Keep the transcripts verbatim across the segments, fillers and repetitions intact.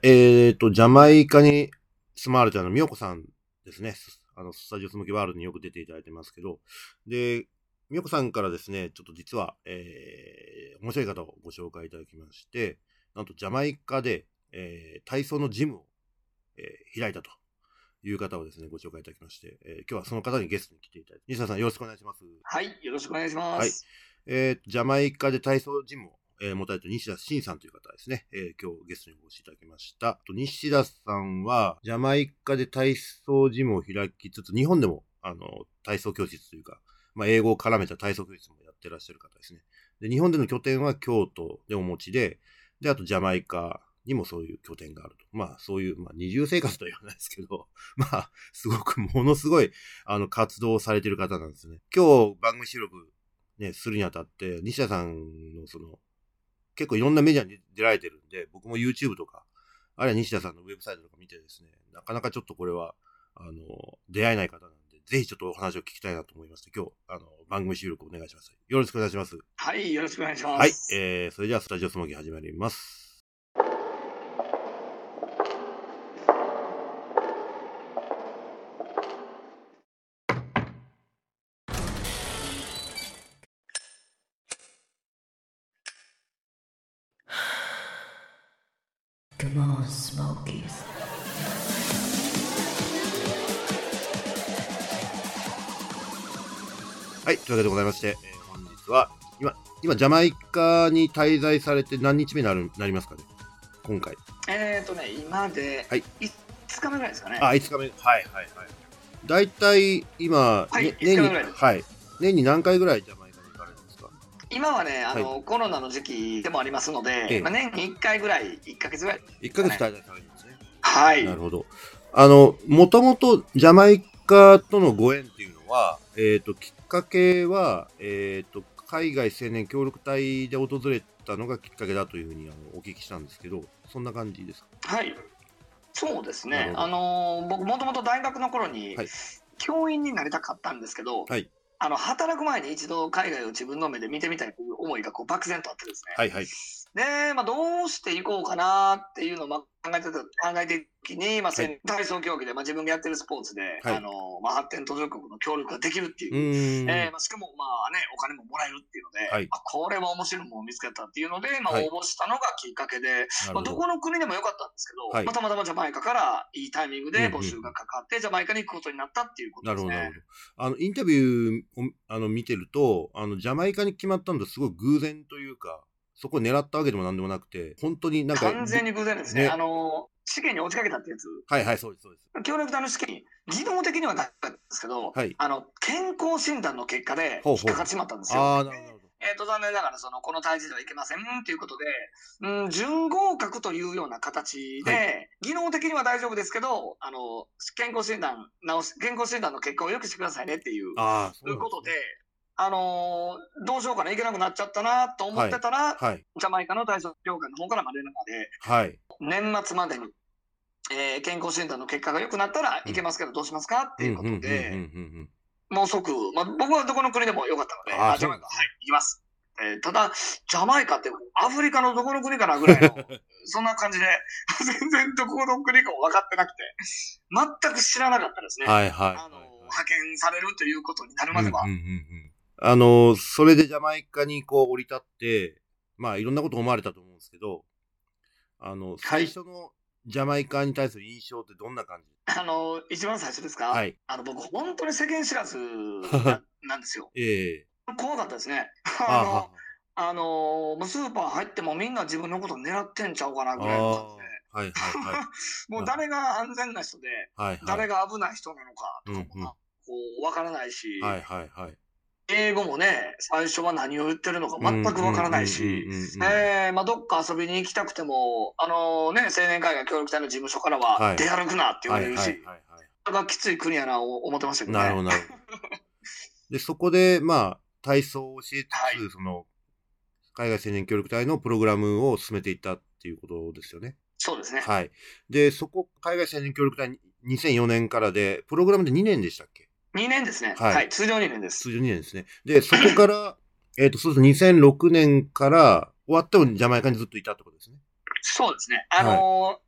えっと、ジャマイカに住まわれてあの、みよこさんですね。あの、スタジオスモーキーワールドによく出ていただいてますけど、で、みよこさんからですね、ちょっと実は、えー、面白い方をご紹介いただきまして、なんとジャマイカで、えー、体操のジムを、えー、開いたという方をですね、ご紹介いただきまして、えー、今日はその方にゲストに来ていただいて、西田さんよろしくお願いします。 はい、よろしくお願いします。 はい。えー、ジャマイカで体操ジムを、えー、持たれている西田慎さんという方ですね、えー、今日ゲストにお越しいただきました。と西田さんは、ジャマイカで体操ジムを開きつつ、日本でも、あの、体操教室というか、まあ、英語を絡めた体操教室もやってらっしゃる方ですね。で、日本での拠点は京都でお持ちで、で、あとジャマイカにもそういう拠点があると。まあ、そういう、まあ、二重生活とは言わないですけど、まあ、すごく、ものすごい、あの、活動をされている方なんですね。今日、番組収録、ね、するにあたって、西田さんのその、結構いろんなメディアに出られてるんで、僕も YouTube とか、あるいは西田さんのウェブサイトとか見てですね、なかなかちょっとこれは、あの、出会えない方なんで、ぜひちょっとお話を聞きたいなと思いまして、今日、あの、番組収録お願いします。よろしくお願いします。 はい、よろしくお願いします。 はい、えー、それではスタジオスモーキー始まります。 Come on, Smokies. はい、というわけでございまして、えー、本日は、今、今、ジャマイカに滞在されて何日目になる、なりますかね、今回。 えーとね、今で、 はい。 いつかめぐらいですかね。 あ、いつかめ。はいはいはい。だいたい今、 はいね、年に、はい。年に何回ぐらいジャマイカに行かれるんですか？ 今はね、あの、はい、コロナの時期でもありますので、ええ、まあ、年にいっかいぐらい、いっかげつぐらい、ね。 いっかげつ滞在されるんですね。 はい。 なるほど。あの、もともとジャマイカとのご縁っていうのは、えっと、きっかけは、えっと、海外青年協力隊で訪れたのがきっかけだというふうにあのお聞きしたんですけど、そんな感じですか？ はい。そうですね。あのー、僕もともと大学の頃に、教員になりたかったんですけど、はい、あの働く前に一度海外を自分の目で見てみたいという思いがこう漠然とあってですね。はいはい。で、まあ、どうしていこうかなっていうのを考えてた、考えている時に、まあ、はい、体操競技で、まあ、自分がやってるスポーツで、はい、あの、まあ、発展途上国の協力ができるっていう、うえーまあ、しかも、まあね、お金ももらえるっていうので、はい、まあ、これは面白いものを見つけたっていうので、まあ、応募したのがきっかけで、はい、まあ、どこの国でもよかったんですけど、はい、まあ、たまたまジャマイカからいいタイミングで募集がかかって、うんうん、ジャマイカに行くことになったっていうことですね。なるほど、なるほど。あの、インタビューをあの見てると、あの、ジャマイカに決まったのとすごい偶然というか、そこを狙ったわけでもなんでもなくて、本当になんか。 完全に偶然ですね。ね、あの、試験に落ちかけたってやつ。 はいはい、そうです、そうです。 協力隊の試験に、技能的にはなかったんですけど、はい、あの、健康診断の結果で引っかかってしまったんですよ。ああ、なるほど。えっと、残念ながら、その、この体重ではいけませんということで、うん、準合格というような形で、はい、技能的には大丈夫ですけど、あの、健康診断、直し、健康診断の結果を良くしてくださいねっていう、あそういうことで、あのー、どうしようかな、いけなくなっちゃったなと思ってたら、はいはい、ジャマイカの体操協会の方から連絡で、はい、年末までに、えー、健康診断の結果が良くなったらいけますけど、どうしますかっていうことで、もう即、まあ、僕はどこの国でも良かったので、あジャマイカ、はい、行きます。えー、ただ、ジャマイカってアフリカのどこの国かなぐらいの、そんな感じで、全然どこの国かも分かってなくて、全く知らなかったですね。はいはい、あの、派遣されるということになるまでは。うんうんうんうん、 あの、それでジャマイカにこう降り立って、まあいろんなこと思われたと思うんですけど、あの、最初のジャマイカに対する印象ってどんな感じ？ あの、一番最初ですか？はい。あの、僕、本当に世間知らずななんですよ。ええー。怖かったですね。あの、あの、スーパー入ってもみんな自分のこと狙ってんちゃうかなぐらいの感じで。はいはいはい。もう誰が安全な人で、はいはい、誰が危ない人なのかとかも、うんうん、こう、わからないし、はいはいはい。英語もね、最初は何を言ってるのか全くわからないし、えー、まあどっか遊びに行きたくても、あのね、青年海外協力隊の事務所からは、出歩くなって言われるし、それがきつい国やなと思ってましたけどね。なるほど、なるほど。 で、そこで、まあ、体操を教えつつ、はい、その、海外青年協力隊のプログラムを進めていったっていうことですよね。 そうですね。 はい。で、そこ、海外青年協力隊にせんよねんからで、プログラムでにねんでしたっけ？ にねんですね。はい。はい、通常にねんです。 通常にねんですね。で、そこから、えっと、そうするとにせんろくねんから終わってもジャマイカにずっといたってことですね。 そうですね。あのーはい、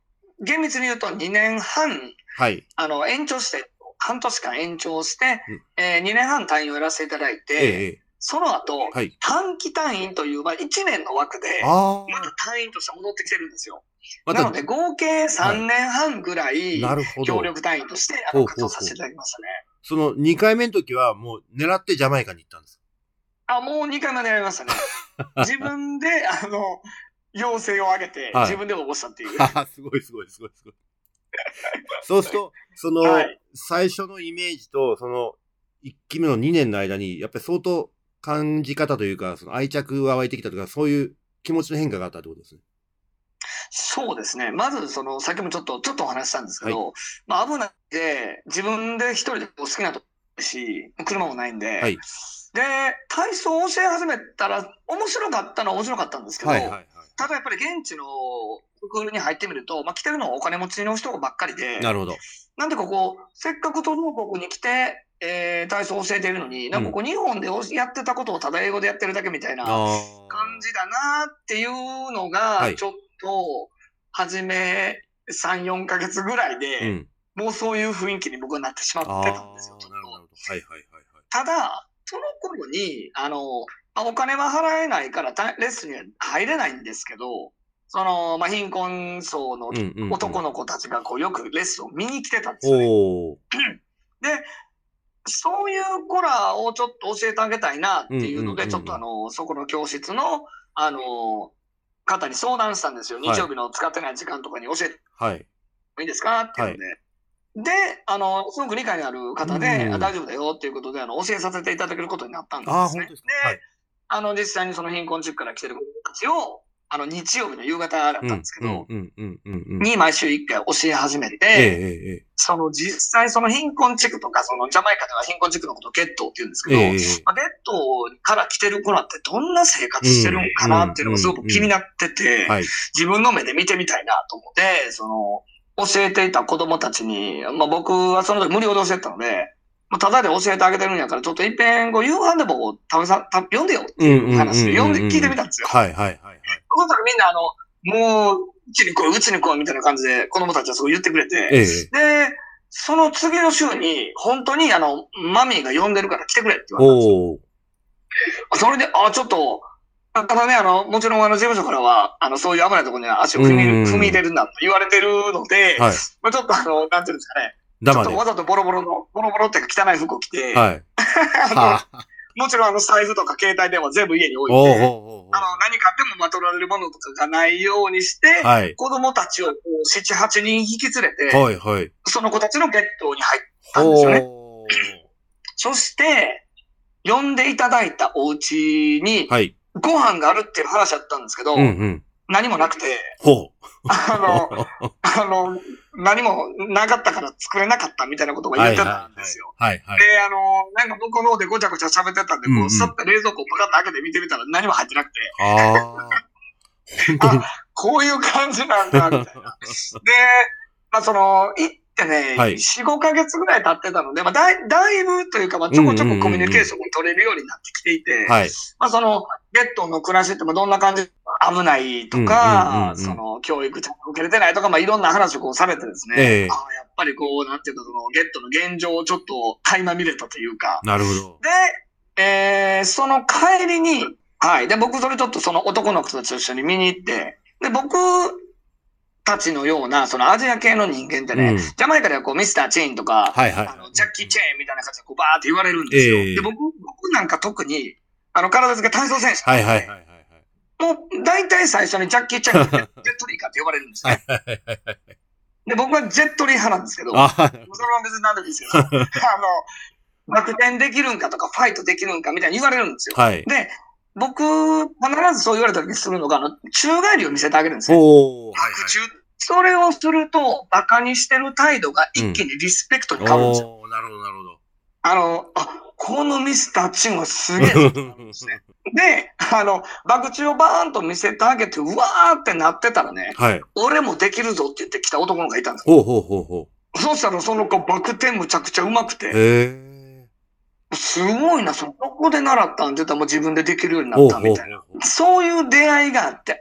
厳密に言うとにねんはん、 はい。 あの、延長して、半年間延長して、うん、えー、にねんはん隊員をやらせていただいて、ええ、その後、はい、短期隊員という、まあ、いちねんの枠で、また隊員として戻ってきてるんですよ。ま、なので、合計さんねんはんぐらい、はい、協力隊員として、あの、活動させていただきましたね。 そのにかいめの時は、もう狙ってジャマイカに行ったんですか？あ、もうにかいまでやりましたね。自分で、あの、要請を上げて、はい、自分で応募したっていう。 すごいすごいすごいすごい。そうすると、その、はい、最初のイメージと、その、いっきめのにねんの間に、やっぱり相当感じ方というか、その愛着が湧いてきたとか、そういう気持ちの変化があったってことですね。 そうですね。まず、その、さっきもちょっと、ちょっとお話したんですけど、はい、まあ、危ないで、自分で一人で好きなとこし、車もないんで、はい、で、体操を教え始めたら、面白かったのは面白かったんですけど、はいはいはい、ただやっぱり現地のスクールに入ってみると、まあ、来てるのはお金持ちの人ばっかりで、 なるほど。 なんでここ、せっかく途上国に来て、えー、体操を教えているのに、なんかここ日本でやってたことをただ英語でやってるだけみたいな感じだなっていうのが、ちょっと、初めさん、よんかげつぐらいで、うん、もうそういう雰囲気に僕はなってしまってたんですよ、ちょっと。 はいはいはいはい。 ただ、その頃に、あの、お金は払えないからレッスンには入れないんですけど、その、まあ、貧困層の男の子たちがこうよくレッスンを見に来てたんですよね。で、そういう子らをちょっと教えてあげたいなっていうので、ちょっとあの、そこの教室の、あの、方に相談したんですよ。日曜日の使ってない時間とかに教えて、はい、いいですかっていうので。はい、で、あの、すごく理解のある方で、大丈夫だよっていうことで、あの、教えさせていただけることになったんですね。あ、で、はい、あの、実際にその貧困地区から来てる子たちを、あの、日曜日の夕方だったんですけど、に毎週一回教え始めて、えええ、その実際その貧困地区とか、そのジャマイカでは貧困地区のことをゲットって言うんですけど、えまあ、ゲットから来てる子らってどんな生活してるのかなっていうのがすごく気になってて、自分の目で見てみたいなと思って、その、教えていた子供たちに、まあ僕はその時無料で教えてたので、ただで教えてあげてるんやから、ちょっと一遍ご夕飯でも食べさ、読んでよっていう話で、読んで、聞いてみたんですよ。はいはいはい、はい。その時みんなあの、もう、うちに来い、うちに来いみたいな感じで子供たちはすごい言ってくれて、ええ、で、その次の週に、本当にあの、マミーが呼んでるから来てくれって言われたんですよ。それで、あ、ちょっと、ただね、あの、もちろんあの、事務所からは、あの、そういう危ないところに足を踏み、踏み入れるなと言われてるので、はい、まあちょっとあの、なんていうんですかね、ちょっとわざとボロボロの、ボロボロっていうか汚い服を着て、はい、あのもちろんあの財布とか携帯電話全部家に置いて、おうおうおうあの何かあってもまとられるものとかがないようにして、はい、子供たちをこうなな、はちにん引き連れて、はいはい、その子たちのゲットに入ったんですよね。そして、呼んでいただいたお家に、ご飯があるっていう話だったんですけど、うんうん、何もなくて、ほうあの、あの、何もなかったから作れなかったみたいなことが言ってたんですよ。はいはいはい、で、あの、なんか僕の方でごちゃごちゃ喋ってたんで、こう、さっと冷蔵庫をパカッと開けて見てみたら何も入ってなくて。ああ、こういう感じなんだ、みたいな。で、まあその、行ってね、はい、よん、ごかげつぐらい経ってたので、まあだい、だいぶというか、まあちょこちょこコミュニケーションも取れるようになってきていて、はい、まあその、ゲットの暮らしってどんな感じ危ないとか、その、教育ちゃんと受けれてないとか、まあ、いろんな話をこうされてですね、えー、あやっぱりこう、なんていうか、その、ゲットの現状をちょっと垣間見れたというか。 なるほど。 で、えー、その帰りに、はい。で、僕それちょっとその男の子たちと一緒に見に行って、で、僕たちのような、そのアジア系の人間ってね、うん、ジャマイカではこう、ミスター・チェーンとか、はいはい、あのジャッキー・チェーンみたいな感じでこう、バーって言われるんですよ。えー、で、僕、僕なんか特に、あの、体付け体操選手。はいはいはい。もう、大体最初にジャッキー・チェン、ジェットリーかって呼ばれるんですね。で、僕はジェットリー派なんですけど、それは別になんでですけど、あの、バク転できるんかとか、ファイトできるんかみたいに言われるんですよ。はい、で、僕、必ずそう言われた時にするのが、あの、宙返りを見せてあげるんですよ。白宙。それをすると、バカにしてる態度が一気にリスペクトに変わるんですよ。 うん、なるほど、なるほど。 あの、あ、このミスター・チンはすげえぞってなるんですね。で、あの、爆中をバーンと見せてあげて、うわーってなってたらね、はい、俺もできるぞって言ってきた男の子がいたんですよ。ほうほうほうほう。そうしたらその子バク転むちゃくちゃ上手くて、へー、すごいな、そこで習ったんって言ったらもう自分でできるようになったみたいな。ほうほうほうほう。そういう出会いがあって、あ、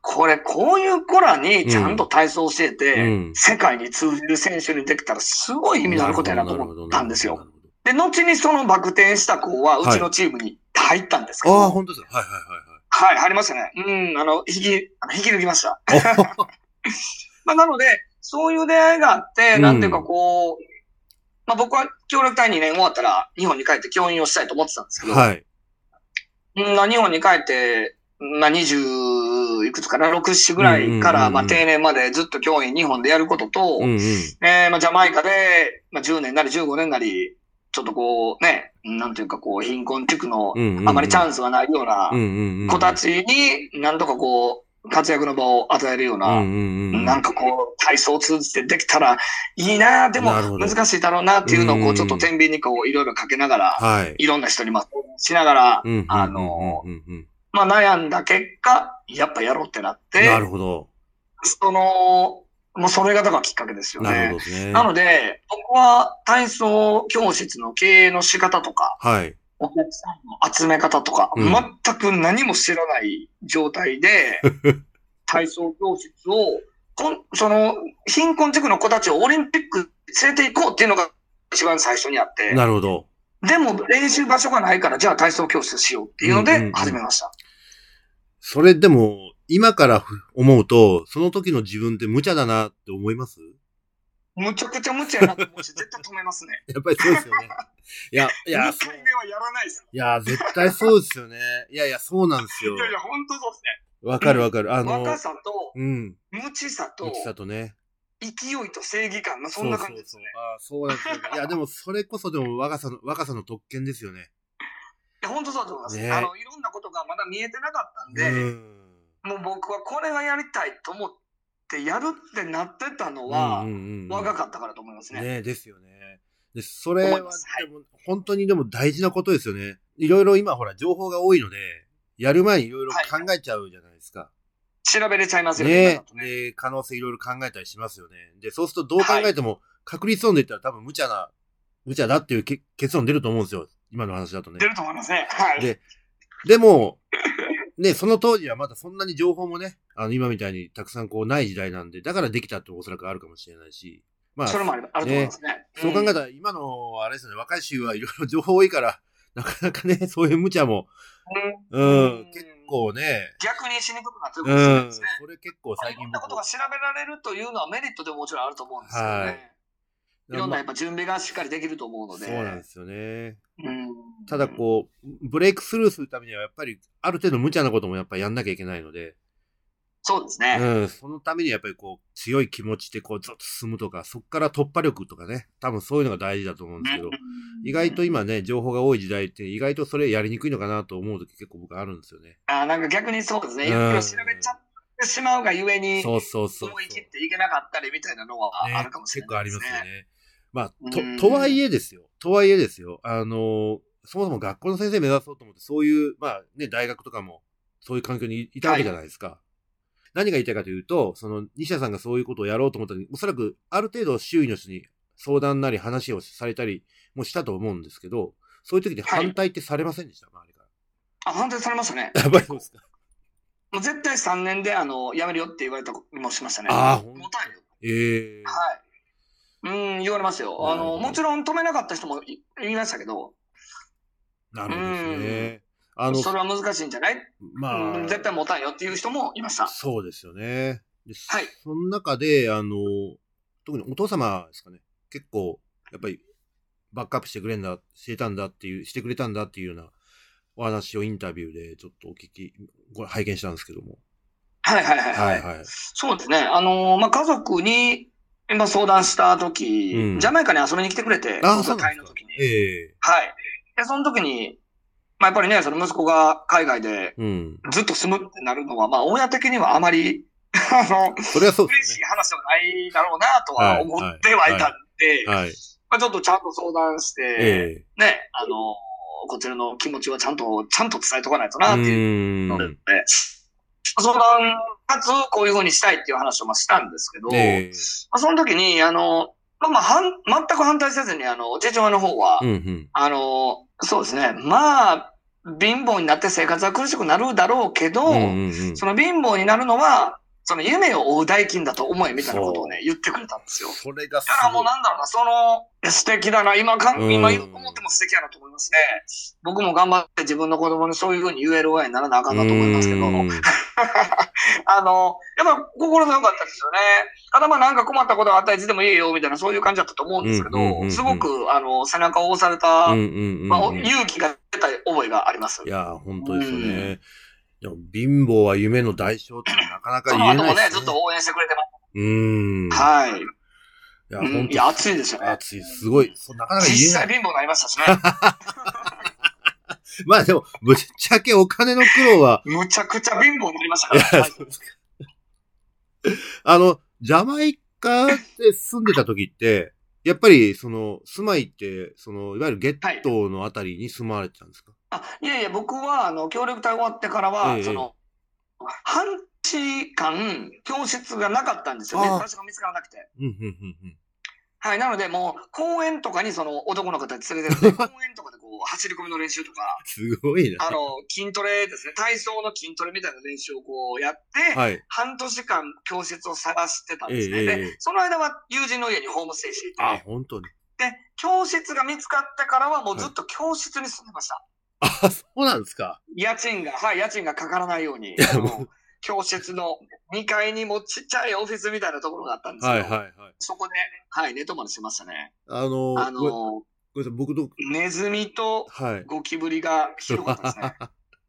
これ、こういう子らにちゃんと体操教えて、うん、世界に通じる選手にできたらすごい意味のあることやなと思ったんですよ。で、後にそのバク転した子は、うちのチームに入ったんですけど。 はい、ああ、本当ですか。はいはいはいはい。はい、入りましたね。うん、あの、引き、あの引き抜きました。まあ、なので、そういう出会いがあって、うん、なんていうかこう、まあ僕は協力隊にねん終わったら日本に帰って教員をしたいと思ってたんですけど、はい。まあ日本に帰って、まあにじゅういくつかな、ろく、ななぐらいから、まあ定年までずっと教員日本でやることと、うんうん、えー、まあジャマイカで、まあじゅうねんなりじゅうごねんなり、ちょっとこうね、なんていうかこう貧困地区のあまりチャンスがないような子たちに、なんとかこう、活躍の場を与えるような、うんうんうん、なんかこう、体操を通じてできたらいいな、でも難しいだろうなっていうのをこう、ちょっと天秤にこう、いろいろかけながら、はい、いろんな人にまあ、しながら、あの、まあ悩んだ結果、やっぱやろうってなって、 なるほど。 その、もうそれがだからきっかけですよね。なるほどですね。なので、僕は体操教室の経営の仕方とか、はい。お客さんの集め方とか、うん、全く何も知らない状態で、体操教室を、こんその、貧困地区の子たちをオリンピック連れて行こうっていうのが一番最初にあって。 なるほど。 でも練習場所がないから、じゃあ体操教室しようっていうので始めました。うんうんうん、 それでも、今から思うと、その時の自分って無茶だなって思います？ むちゃくちゃ無茶やなと思うし、絶対止めますね。 やっぱりそうですよね。いや、いや、 にかいめはやらないです。 いや、絶対そうですよね。いやいや、そうなんですよ。 いやいや、ほんとそうですね。 わかるわかる。あの、 若さと、 うん。 無知さと、 無知さとね。 勢いと正義感のそんな感じですね。 そうそうそう。あそうなんですよ、ね。いや、でもそれこそでも若さの、若さの特権ですよね。 いや、ほんとそうだと思います。ね、あの、いろんなことがまだ見えてなかったんで、うんもう僕はこれがやりたいと思ってやるってなってたのは、うんうんうん、若かったからと思いますね。 ねですよね。で、それは、でも、本当にでも大事なことですよね。いろいろ今ほら情報が多いので、やる前にいろいろ考えちゃうじゃないですか。はい、 調べれちゃいますよね。 ねで、可能性いろいろ考えたりしますよね。で、そうするとどう考えても確率論で言ったら多分無茶な、無茶だっていう結論出ると思うんですよ。今の話だとね。 出ると思いますね。はい。 で、でも、ね、その当時はまだそんなに情報もね、あの、今みたいにたくさんこうない時代なんで、だからできたっておそらくあるかもしれないし。 まあ、それもある、あると思いますね。 そう考えたら、今の、あれですよね、若い衆はいろいろ情報多いから、なかなかね、そういう無茶も、うん、うん、結構ね。 逆にしにくくなってるかもしれないですね。 うん、それ結構最近。 いろんなことが調べられるというのはメリットでももちろんあると思うんですよね。はい。いろんなやっぱ準備がしっかりできると思うので。 そうなんですよね。うん、ただこう、ブレイクスルーするためにはやっぱりある程度無茶なこともやっぱりやんなきゃいけないので。 そうですね。 うん。そのためにやっぱりこう、強い気持ちでこうずっと進むとか、そこから突破力とかね、多分そういうのが大事だと思うんですけど、意外と今ね、情報が多い時代って意外とそれやりにくいのかなと思うとき結構僕あるんですよね。 ああ、なんか逆にそうですね。いろいろ調べちゃってしまうがゆえに、 そうそうそう。 思い切っていけなかったりみたいなのはあるかもしれないですね。 ね、結構ありますよね。まあ、と、とはいえですよ。とはいえですよ。あの、そもそも学校の先生目指そうと思って、そういう、まあね、大学とかも、そういう環境にいたわけじゃないですか。はい、何が言いたいかというと、その、西田さんがそういうことをやろうと思ったのに、おそらく、ある程度周囲の人に相談なり話をされたりもしたと思うんですけど、そういう時に反対ってされませんでした、はい、周りから。 あ、反対されましたね。 やっぱりそうですか。 もう絶対さんねんで、あの、辞めるよって言われたりもしましたね。 ああ、ほんと。 ええー。 はい。うん、言われますよ。あの、もちろん止めなかった人もいましたけど。 なるほどですね。 あの、それは難しいんじゃない？まあ、うん、絶対持たんよっていう人もいました。 そうですよね。 はい。 その中で、あの、特にお父様ですかね。結構、やっぱり、バックアップしてくれんだ、してたんだっていう、してくれたんだっていうようなお話をインタビューでちょっとお聞き、これ拝見したんですけども。 はいはいはい。はいはい、そうですね。あのー、まあ、家族に、今相談したとき、うん、ジャマイカに遊びに来てくれて、 あ、そうタイの時に。 ええー。 はい。で、その時に、まあ、やっぱりね、その息子が海外でずっと住むってなるのは、うん、まあ、親的にはあまり、あの、 それはそうですね、 嬉しい話ではないだろうなとは思ってはいたんで、はいはいはい、まあ、ちょっとちゃんと相談して、えー、ね、あの、こちらの気持ちはちゃんと、ちゃんと伝えとかないとなっていうので、ね、相談かつこういう風にしたいっていう話をまあしたんですけど、えー、まあ、その時に、あの、まあまあ、はん、全く反対せずに、あの、父親の方は、うんうん、あの、そうですね、まあ、 貧乏になって生活は苦しくなるだろうけど、うんうんうん、その貧乏になるのは、その夢を追う代金だと思えみたいなことをね、言ってくれたんですよ。 それがすごい。だからもうなんだろうな、その、素敵だな、今か、今思っても素敵やなと思いますね。僕も頑張って自分の子供にそういうふうに言える親にならなあかんなと思いますけど、あの、やっぱ心強かったですよね。頭なんか困ったことがあったらいつでもいいよみたいなそういう感じだったと思うんですけど、うんうんうんうん、すごくあの背中を押された、うんうんうんうん、まあ、勇気が出た覚えがあります。 いや、本当ですよね。うんいや貧乏は夢の代償ってなかなか言えないですね。その後もね、 ずっと応援してくれてます。 うーん。 はい。いや、 うん、いや、熱いですよね。 熱い。すごい。なかなか言えない。 実際貧乏になりましたしね。 まあでも、ぶっちゃけお金の苦労は。 むちゃくちゃ貧乏になりましたから。はい、 あの、ジャマイカで住んでた時って、やっぱり、その、住まいって、その、いわゆるゲットのあたりに住まわれてたんですか？ はい、あ、いやいや、僕は、あの、協力隊終わってからは、ええ、その、半年間、教室がなかったんですよね。場所が見つからなくて。 うんうんうんうんはい。なので、もう、公園とかにその男の方に連れてって、公園とかでこう、走り込みの練習とか。 すごいな。 あの、筋トレですね。体操の筋トレみたいな練習をこうやって、はい、半年間教室を探してたんですね。ええ、で、その間は友人の家にホームステイしていて。 あ、本当に。 で、教室が見つかってからはもうずっと教室に住んでました。 はい、あ、そうなんですか。 家賃が、はい、家賃がかからないように。教室のにかいにもちっちゃいオフィスみたいなところがあったんですよ。はいはいはい。そこで、はい、寝泊まりしましたね。 あのー、 あのー、ごめんなさい、僕と。 ネズミとゴキブリが広かったですね。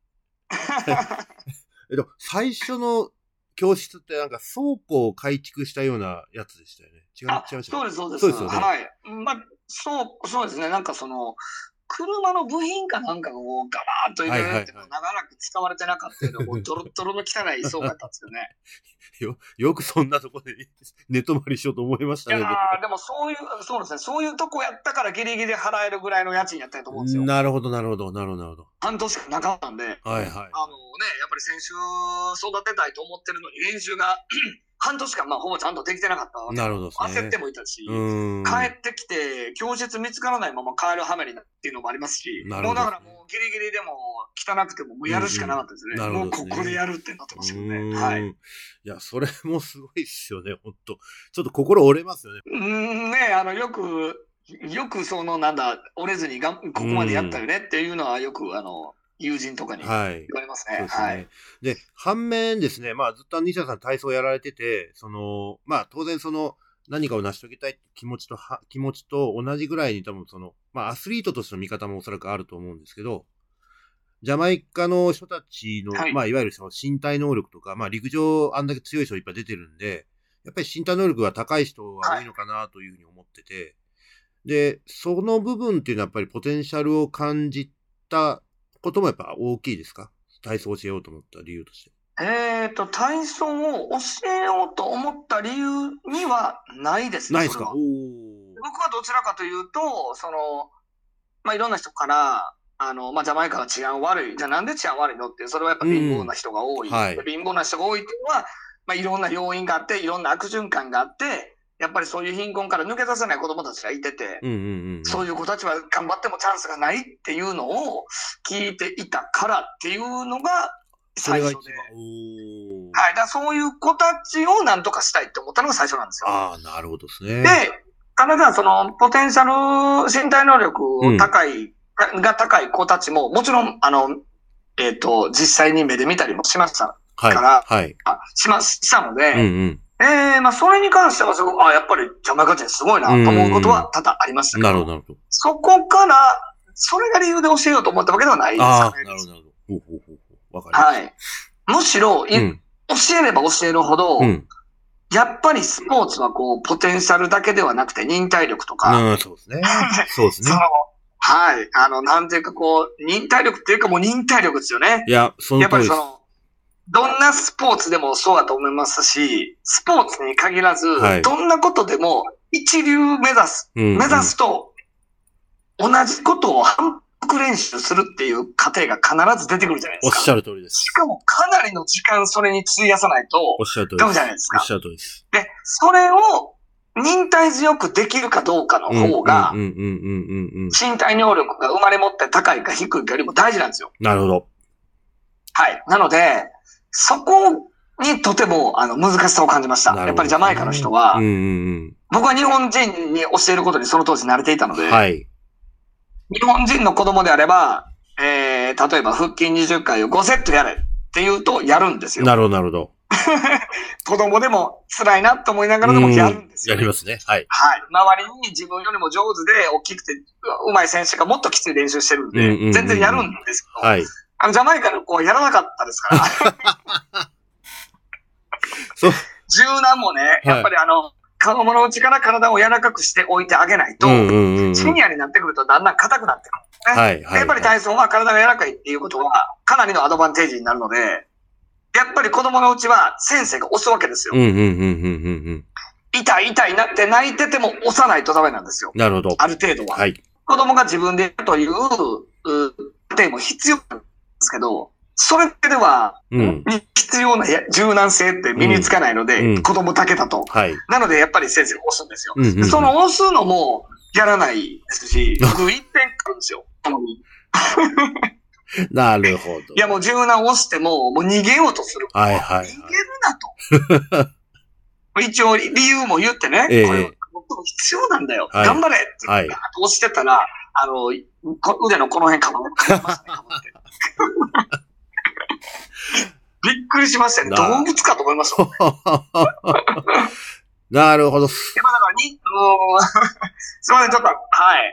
えっと、最初の教室ってなんか倉庫を改築したようなやつでしたよね。違う、違いました。 そうです、そうです。 そうですよね。 はい。まあ、そう、そうですね。なんかその、車の部品かなんかがこうガバーッと入れられても長らく使われてなかったのをドロッドロの汚い倉庫だったんですよね。 よ、よくそんなとこで寝泊まりしようと思いましたね。 いやー、でもそういう、そうですね。そういうとこやったからギリギリ払えるぐらいの家賃やったと思うんですよ。 なるほど、なるほど、なるほど、なるほど。 半年しかなかったんで。 はいはい。あのね、やっぱり先週育てたいと思ってるのに練習が半年間、まあ、ほぼちゃんとできてなかったわけで。 なるほど、ね。 焦ってもいたし、帰ってきて、教室見つからないまま帰る羽目になっていうのもありますし、なるほど、ね、もうだからもうギリギリでも汚くてももうやるしかなかったですね。うんうん、もうここでやるってなってますよね。はい。 いや、それもすごいっすよね、ほんと。ちょっと心折れますよね。 うんね、あの、よく、よくその、なんだ、折れずにがここまでやったよねっていうのはよく、あの、友人とかに言われますね。はい。 ですね。はい。で、反面ですね、まあずっと西田さん体操やられてて、その、まあ当然その、何かを成し遂げたいって気持ちとは、気持ちと同じぐらいに多分その、まあアスリートとしての見方もおそらくあると思うんですけど、ジャマイカの人たちの、はい、まあいわゆるその身体能力とか、まあ陸上あんだけ強い人いっぱい出てるんで、やっぱり身体能力が高い人が多いのかなというふうに思ってて、はい、で、その部分っていうのはやっぱりポテンシャルを感じたこともやっぱ大きいですか？体操を教えようと思った理由として。 えっと、体操を教えようと思った理由にはないですね。 ないですか？おー。 僕はどちらかというと、その、まあ、いろんな人から、あの、まあ、ジャマイカが治安悪い。じゃあなんで治安悪いのって、それはやっぱ貧乏な人が多い。うんはい、貧乏な人が多いっていうのは、まあ、いろんな要因があって、いろんな悪循環があって、やっぱりそういう貧困から抜け出せない子供たちがいてて、 うんうんうんうん、 そういう子たちは頑張ってもチャンスがないっていうのを聞いていたからっていうのが最初で。はい。だからそういう子たちをなんとかしたいって思ったのが最初なんですよ。 ああ、なるほどですね。 で、ただそのポテンシャル、身体能力を高い、うん、が高い子たちも、もちろん、あの、えっと、実際に目で見たりもしましたから、 はい。はい、 あしま、したので、 うんうんええー、まあ、それに関してはすごく、あ、やっぱりジャマイカ人すごいなと思うことは多々ありましたけど。 なるほど、なるほど。 そこから、それが理由で教えようと思ったわけではないですかね。 ああ、なるほど、なるほど。ほうほうほうほう。わかりました。 はい。むしろ、うん、教えれば教えるほど、うん、やっぱりスポーツはこう、ポテンシャルだけではなくて忍耐力とか。 うん、そうですね。そうですね。そのはい。あの、なんていうかこう、忍耐力っていうかもう忍耐力ですよね。 いや、その通りです。やっぱりその、 どんなスポーツでもそうだと思いますし、スポーツに限らず、はい、どんなことでも一流目指す、うんうん、目指すと、同じことを反復練習するっていう過程が必ず出てくるじゃないですか。 おっしゃる通りです。 しかもかなりの時間それに費やさないと、 おっしゃる通りダメじゃないですか。 おっしゃる通りです。 で、それを忍耐力強くできるかどうかの方が、身体能力が生まれ持って高いか低いかよりも大事なんですよ。 なるほど。 はい。なので、そこにとてもあの難しさを感じました。やっぱりジャマイカの人は、うんうんうん、僕は日本人に教えることにその当時慣れていたので、はい、日本人の子供であれば、えー、例えば腹筋にじゅっかいをごセットやれって言うとやるんですよ。 なるほど、なるほど。 子供でも辛いなと思いながらでもやるんですよ、 ね。やりますね。はい。 はい。周りに自分よりも上手で大きくて上手い選手がもっときつい練習してるんで、うんうんうんうん、全然やるんですけど、はい。あの、ジャマイカの子はやらなかったですから。そう。柔軟もね、やっぱりあの、はい、子供のうちから体を柔らかくしておいてあげないと、うんうんうん、シニアになってくるとだんだん硬くなってくる、ね。はいはいはい、やっぱり体操は体が柔らかいっていうことはかなりのアドバンテージになるので、やっぱり子供のうちは先生が押すわけですよ。痛い痛いなって泣いてても押さないとダメなんですよ。 なるほど。 ある程度は。 はい、 子供が自分でやるという、過程も必要なんですけど、それでは、うん、必要な柔軟性って身につかないので、うん、子供だけだと、はい。なのでやっぱり先生が押すんですよ。うんうんうん、その押すのもやらないですし、僕一遍来るんですよ。 なるほど。 いやもう柔軟押しても、もう逃げようとする。 はいはい、はい。 逃げるなと。一応理由も言ってね、えー、これ僕も必要なんだよ。はい、頑張れって言って、はい、押してたら、あの、腕のこの辺かぶってますね、かぶって。びっくりしましたね。動物かと思いました、ね。 なるほど。 やっぱだからに、あのー、すみません、ちょっと、はい。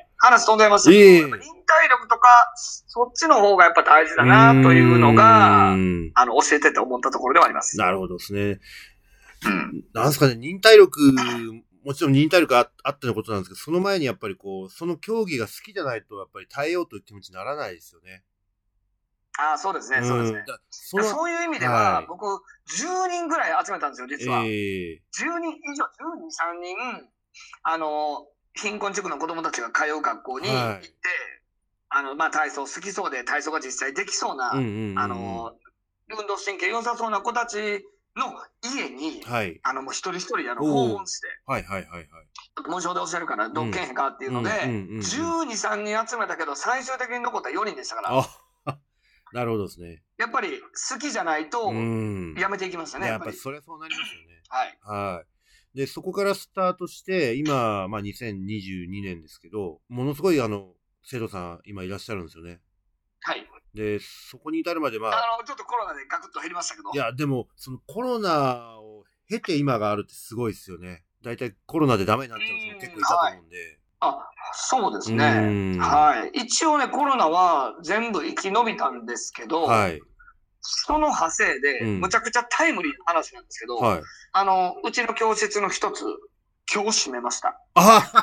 話飛んでましたけど、忍耐力とか、そっちの方がやっぱ大事だなというのが、あの、教えてて思ったところではあります。 なるほどですね。うん、なんですかね、忍耐力、もちろん忍耐力あってのことなんですけど、その前にやっぱりこう、その競技が好きじゃないと、やっぱり耐えようという気持ちにならないですよね。 ああ、そうですね、そうですね。そ, そういう意味では、はい、僕、じゅうにんぐらい集めたんですよ、実は。えー、じゅうにん以上、じゅうに、さんにん、あの、貧困地区の子供たちが通う学校に行って、はい、あの、まあ、体操好きそうで、体操が実際できそうな、うんうんうん、あの、運動神経良さそうな子たちの家に、はい、あの、もう一人一人、あの、訪問して、 はいはいはいはい。 文章でおっしゃるから、どっけんへんかっていうので、じゅうに、さんにん集めたけど、最終的に残ったよにんでしたから。 なるほどですね。 やっぱり好きじゃないとやめていきましたね。 やっぱりそれはそうなりますよね。 はい。 はい。で、そこからスタートして、今、まあにせんにじゅうにねんですけど、ものすごいあの、生徒さん今いらっしゃるんですよね。 はい。 で、そこに至るまでまあ。 あの、ちょっとコロナでガクッと減りましたけど。 いや、でも、そのコロナを経て今があるってすごいですよね。だいたいコロナでダメになっちゃう人も結構いたと思うんで。はいあ、そうですね。はい。一応ね、コロナは全部生き延びたんですけど、はい、その派生で、むちゃくちゃタイムリーな話なんですけど、うんはい、あの、うちの教室の一つ、今日閉めました。 あ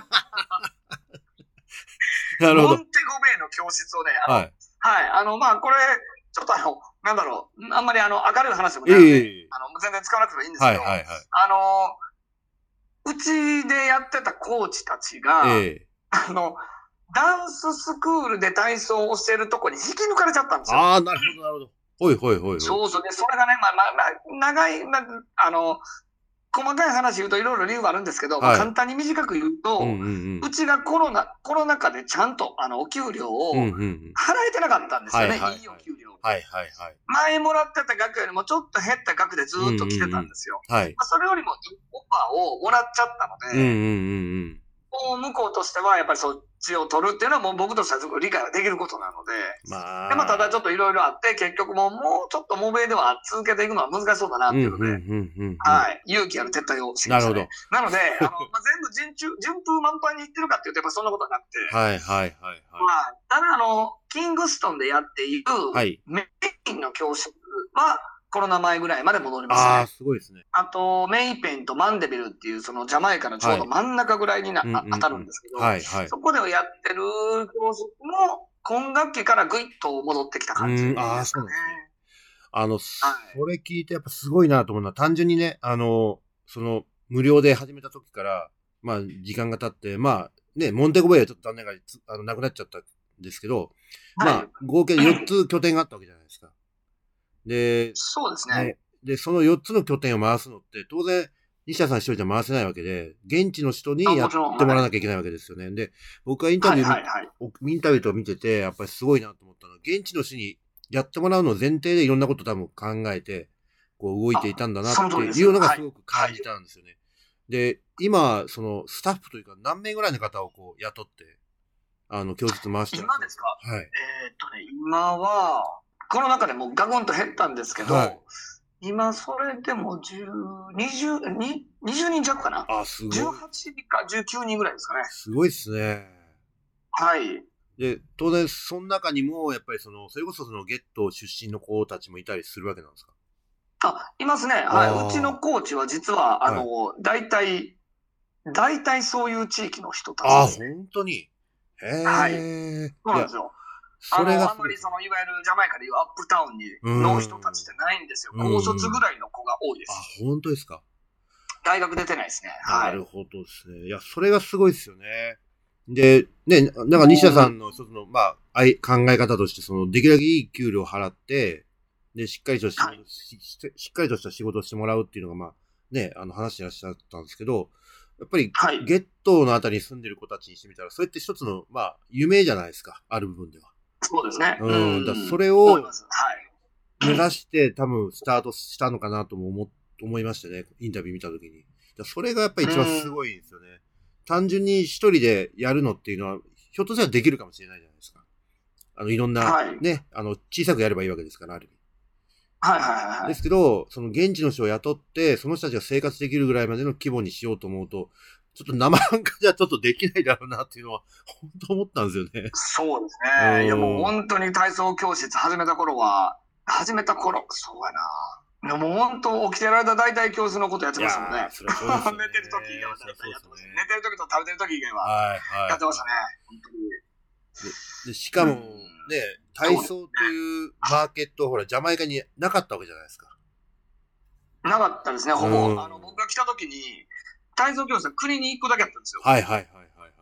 なるほど。 モンテゴベイの教室をね、あの、はい、はい、あの、まあ、これ、ちょっとあの、なんだろう、あんまりあの、明るい話でもないので、えー、あの、全然使わなくてもいいんですけど、はいはいはい、あの、うちでやってたコーチたちが、ええ、あの、ダンススクールで体操を教えるとこに引き抜かれちゃったんですよ。 ああ、なるほど、なるほど。ほいほいほいほい。 そうそう。で、それがね、まあまあ、長い、まあ、あの、細かい話言うといろいろ理由があるんですけど、はいまあ、簡単に短く言うと、うんうんうん、うちがコロナ、コロナ禍でちゃんと、あの、お給料を払えてなかったんですよね、うんうんうん、いいお給料。 はいはいはい。 前もらってた額よりもちょっと減った額でずっと来てたんですよ。 うんうんうん、はい。 まあ、それよりもオファーをもらっちゃったので、 うんうんうんうんもう向こうとしてはやっぱりそっちを取るっていうのはもう僕としてはすごく理解ができることなので、まあ、でまあただちょっといろいろあって結局もうもうちょっとモベでは続けていくのは難しそうだなっていうので、はい、勇気ある撤退をしましたね。なのであの、まあ、全部順中順風満帆にいってるかっていうとやっぱそんなことはなくて、 はいはいはいはい。まあただあのキングストンでやっているメインの教室はコロナ前ぐらいまで戻りましたね。 ああ、すごいですね。 あと、メイペンとマンデビルっていう、そのジャマイカのちょうど真ん中ぐらいにな、はい、当たるんですけど、はいはい、そこでやってる教室も、今学期からぐいっと戻ってきた感じですかね。ああ、そうなんですね。 あの、はい、それ聞いてやっぱすごいなと思うのは、単純にね、あの、その、無料で始めた時から、まあ、時間が経って、まあ、ね、モンテゴベイはちょっと残念があのなくなっちゃったんですけど、はい、まあ、合計でよっつ拠点があったわけじゃないですか。で、 そうですね。 で、そのよっつの拠点を回すのって、当然、 西田さん一人じゃ回せないわけで、現地の人にやってもらわなきゃいけないわけですよね。で、僕はインタビュー、はいはいはい、インタビューと見てて、やっぱりすごいなと思ったのは、現地の人にやってもらうのを前提でいろんなこと多分考えて、こう動いていたんだなっていうのがすごく感じたんですよね。はいはい、で、今、そのスタッフというか何名ぐらいの方をこう雇って、あの、教室回してる。 今ですか？ はい。 えー、っとね、今は、この中でもうガゴンと減ったんですけど、はい、今それでもじゅう、にじゅう、にじゅうにん弱かな？ あ、すごい。 じゅうはちかじゅうきゅうにんぐらいですかね。 すごいっすね。 はい。 で、当然、その中にも、やっぱりその、それこそそのゲット出身の子たちもいたりするわけなんですか？ あ、いますね。はい。うちのコーチは実は、あの、はい、大体、大体そういう地域の人たちですね。 あ、本当に。へー。 はい。そうなんですよ。それがあの、あんまりその、いわゆるジャマイカでいうアップタウンにの人たちってないんですよ。高卒ぐらいの子が多いです。 あ、本当ですか。 大学出てないですね。 はい。なるほどですね。いや、それがすごいですよね。で、ね、なんか西田さんの一つの、まあ、考え方として、その、できるだけいい給料を払って、で、しっかりとし、はい、し、しっかりとした仕事をしてもらうっていうのが、まあ、ね、あの、話してらっしゃったんですけど、やっぱり、はい、ゲットのあたりに住んでる子たちにしてみたら、それって一つの、まあ、夢じゃないですか、ある部分では。 そうですね。 うん。だそれを、目指して多分スタートしたのかなとも思、思いましたね。インタビュー見たときに。だそれがやっぱり一番すごいんですよね。単純に一人でやるのっていうのは、ひょっとしたらできるかもしれないじゃないですか。あの、いろんな、はい、ね、あの、小さくやればいいわけですから、ある意味。 はいはいはい。 ですけど、その現地の人を雇って、その人たちが生活できるぐらいまでの規模にしようと思うと、ちょっと生半可じゃちょっとできないだろうなっていうのは、本当思ったんですよね。 そうですね。いやもう本当に体操教室始めた頃は、始めた頃、そうやな。もう本当起きてる間大体教室のことやってましたもんね。 それはそうですね。 寝てる時以外は大体やってました。寝てる時と食べてる時以外はやってましたね。本当に。 で, でしかもね、体操というマーケットはほら、ジャマイカになかったわけじゃないですか。 なかったですね、ほぼ。あの僕が来た時に、体操教室は国にいっこだけだったんですよ。 はいはいはいはい、はい。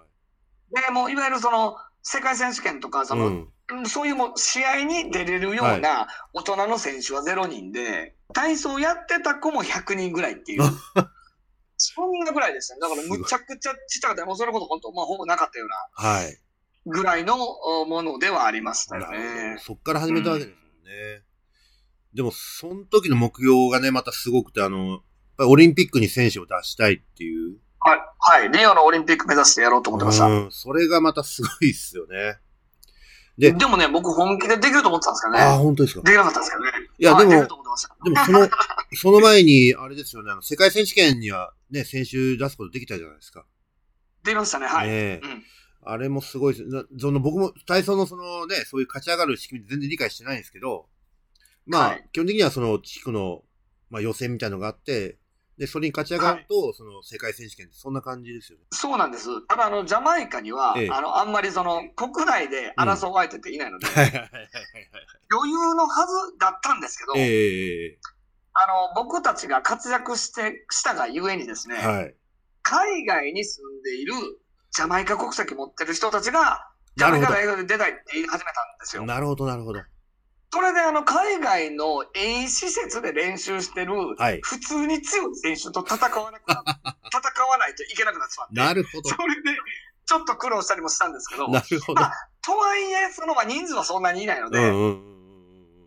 で、もういわゆるその、世界選手権とか、その、うん、そういうもう試合に出れるような大人の選手はゼロにんで、体操やってた子もひゃくにんぐらいっていう。そんなぐらいでしたね。だからむちゃくちゃちっちゃかった。もうそれこそ本当、まあほぼなかったような。はい。ぐらいのものではありましたよね。 そっから始めたわけですもんね。うん、でも、その時の目標がね、またすごくて、あの、オリンピックに選手を出したいっていう。 はい。はい。リオのオリンピック目指してやろうと思ってました。 うん。それがまたすごいっすよね。 で、でもね、僕本気でできると思ってたんですけどね。 ああ、本当ですか。 できなかったんですけどね。 いや、でも、 でもその、その前に、あれですよね、あの、世界選手権にはね、選手出すことできたじゃないですか。 できましたね、はい。 ねうん、あれもすごいです。その、僕も体操のそのね、そういう勝ち上がる仕組み全然理解してないんですけど、まあ、はい、基本的にはその地区の、まあ、予選みたいなのがあって、で、それに勝ち上がると、はい、その世界選手権ってそんな感じですよね。 そうなんです。ただ、あの、ジャマイカには、ええ、あの、あんまりその、国内で争う相手っていないので、余裕のはずだったんですけど、ええ、あの、僕たちが活躍して、したがゆえにですね、はい、海外に住んでいるジャマイカ国籍持ってる人たちが、ジャマイカ大学で出たいって言い始めたんですよ。 なるほど、なるほど。 それであの海外のええ施設で練習してる、はい、普通に強い選手と戦わなくな戦わないといけなくなってしまって。 なるほど。 それでちょっと苦労したりもしたんですけど。 なるほど。 まあ、とはいえ、そのまあ人数はそんなにいないので、うんうんうん、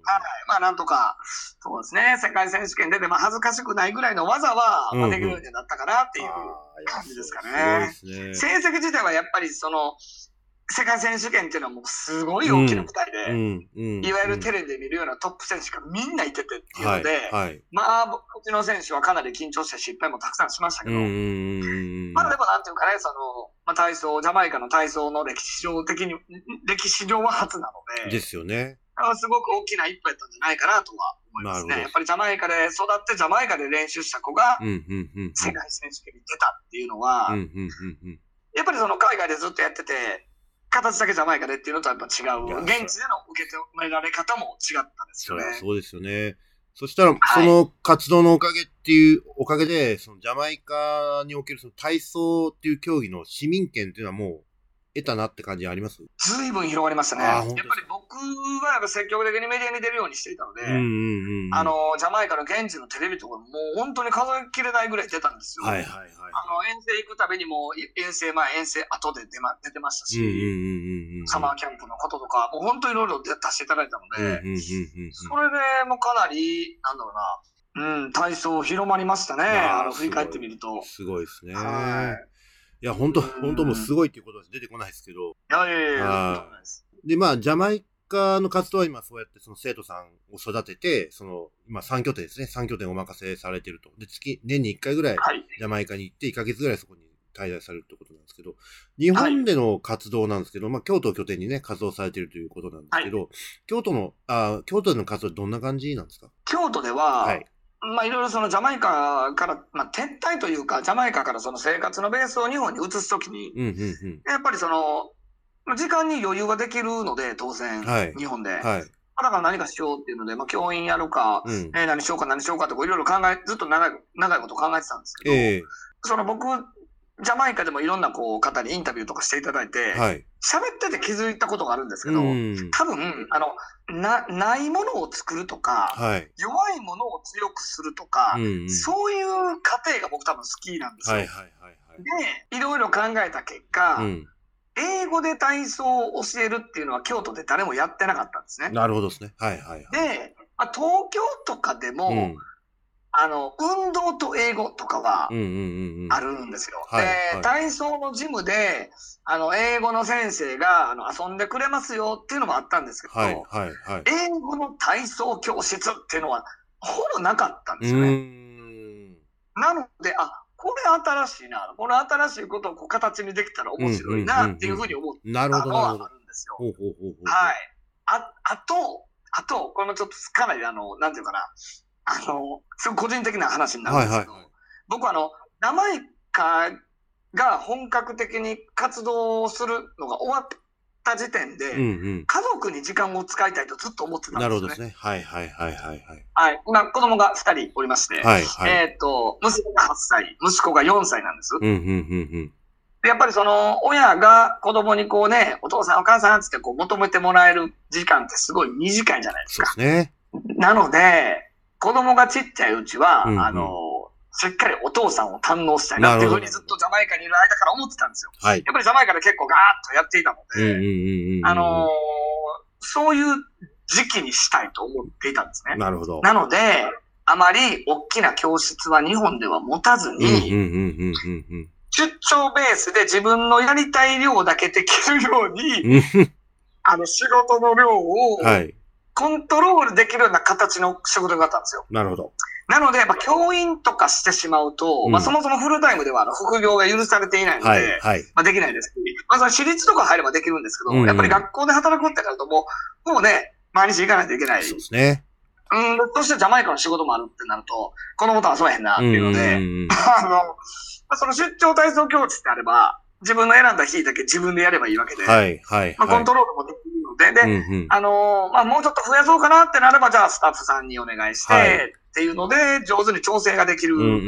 はい、まあなんとか、そうですね、世界選手権出て、まあ恥ずかしくないぐらいの技は、まあ、できるようになったかなっていう感じですかね。うんうん、すね成績自体はやっぱりその、世界選手権っていうのはもうすごい大きな舞台で、うんうん、いわゆるテレビで見るようなトップ選手がみんないててっていうので、はいはい、まあ、うちの選手はかなり緊張して失敗もたくさんしましたけど、うん、まあでもなんていうかね、その、まあ体操、ジャマイカの体操の歴史上的に、歴史上は初なので、 ですよね。 すごく大きな一歩やったんじゃないかなとは思いますね。やっぱりジャマイカで育ってジャマイカで練習した子が、世界選手権に出たっていうのは、やっぱりその海外でずっとやってて、形だけジャマイカでっていうのとはやっぱ違う。現地での受け止められ方も違ったんですよね。 そうですよね。そしたら、その活動のおかげっていう、おかげで、そのジャマイカにおけるその体操っていう競技の市民権っていうのはもう得たなって感じあります？ ずいぶん広がりましたね。やっぱり僕僕はやっぱ積極的にメディアに出るようにしていたので、 うんうんうんうん、 あの、ジャマイカの現地のテレビとかもう本当に数えきれないぐらい出たんですよ。 はいはいはい。 あの、遠征行くたびにも遠征前、遠征後で出ま、出てましたし、 うんうんうんうん、 サマーキャンプのこととか、もう本当いろいろ出していただいたので、うんうんうんうん、それでもうかなり、なんだろうな、うん、体操広まりましたね。あの、振り返ってみると。 すごいですね。 はい。 いや、本当本当もうすごいっていうことは出てこないですけど。 いやいやいや、 で、まあ、ジャマイカの活動は今そうやってその生徒さんを育てて、その、今さん拠点ですね。さん拠点お任せされてると。で、月、年にいっかいぐらい、ジャマイカに行っていっかげつぐらいそこに滞在されるってことなんですけど、日本での活動なんですけど、はい、まあ、京都を拠点にね、活動されてるということなんですけど、はい、京都の、あ、京都での活動どんな感じなんですか？ 京都では、はい。まあいろいろそのジャマイカから、まあ撤退というか、ジャマイカからその生活のベースを日本に移すときに、 うんうんうん、 やっぱりその、時間に余裕ができるので、当然、はい、日本で。はい、だから何かしようっていうので、まあ教員やるか、うん、えー、何しようか何しようかっていろいろ考え、ずっと長い、長いこと考えてたんですけど、えー、その僕、ジャマイカでもいろんなこう方にインタビューとかしていただいて、喋、はい、ってて気づいたことがあるんですけど、うん、多分、あの、な、ないものを作るとか、はい、弱いものを強くするとか、うんうん、そういう過程が僕多分好きなんですよ。はいはいはいはい、で、いろいろ考えた結果、うん、英語で体操を教えるっていうのは京都で誰もやってなかったんですね。 なるほどですね。はいはいはい。 で、まあ、東京とかでも、うん、あの、運動と英語とかはあるんですよ。で、体操のジムで、あの、英語の先生が、あの、遊んでくれますよっていうのもあったんですけど、はいはいはい、英語の体操教室っていうのは、ほぼなかったんですよね。なので、あ、これ新しいな。これ新しいことをこう形にできたら面白いなっていうふうに思ったのはあるんですよ。はい。あ、あと、あと、これもちょっとかなりあの、なんていうかな。あの、すごい個人的な話になるんですけど、はいはいはい、僕はあの、ジャマイカが本格的に活動するのが終わった時点で、うんうん、家族に時間を使いたいとずっと思ってたんですよね。 なるほどですね。はいはいはいはい、はい。 はい。今、子供がふたりおりまして、はいはい、えっ、ー、と、娘がはっさい、息子がよんさいなんです。うんうんうんうんでやっぱりその、親が子供にこうね、お父さんお母さんってこう求めてもらえる時間ってすごい短いじゃないですか。 そうですね。なので、子供がちっちゃいうちは、うんうん、あの、しっかりお父さんを堪能したいなっていうふうにずっとジャマイカにいる間から思ってたんですよ。はい。やっぱりジャマイカで結構ガーッとやっていたので、うんうんうんうん、あのー、そういう時期にしたいと思っていたんですね。 なるほど。 なので、あまり大きな教室は日本では持たずに、出張ベースで自分のやりたい量だけできるように、あの仕事の量を、はい。コントロールできるような形の仕事があったんですよ。 なるほど。 なので、まあ、教員とかしてしまうと、うん、まあ、そもそもフルタイムではあの副業が許されていないので、はいはい、まあ、できないですし、まあ、その私立とか入ればできるんですけど、うんうん、やっぱり学校で働くってなるともう、もうね、毎日行かないといけない。 そうですね。 うん、そしてジャマイカの仕事もあるってなると、子供と遊べへんなっていうので、うんうんうん、あの、まあ、その出張体操教室ってあれば、自分の選んだ日だけ自分でやればいいわけで、はいはいはい、まあ、コントロールもできるので、で、うんうん、あのー、まあ、もうちょっと増やそうかなってなれば、じゃあスタッフさんにお願いして、はい、っていうので、上手に調整ができるので、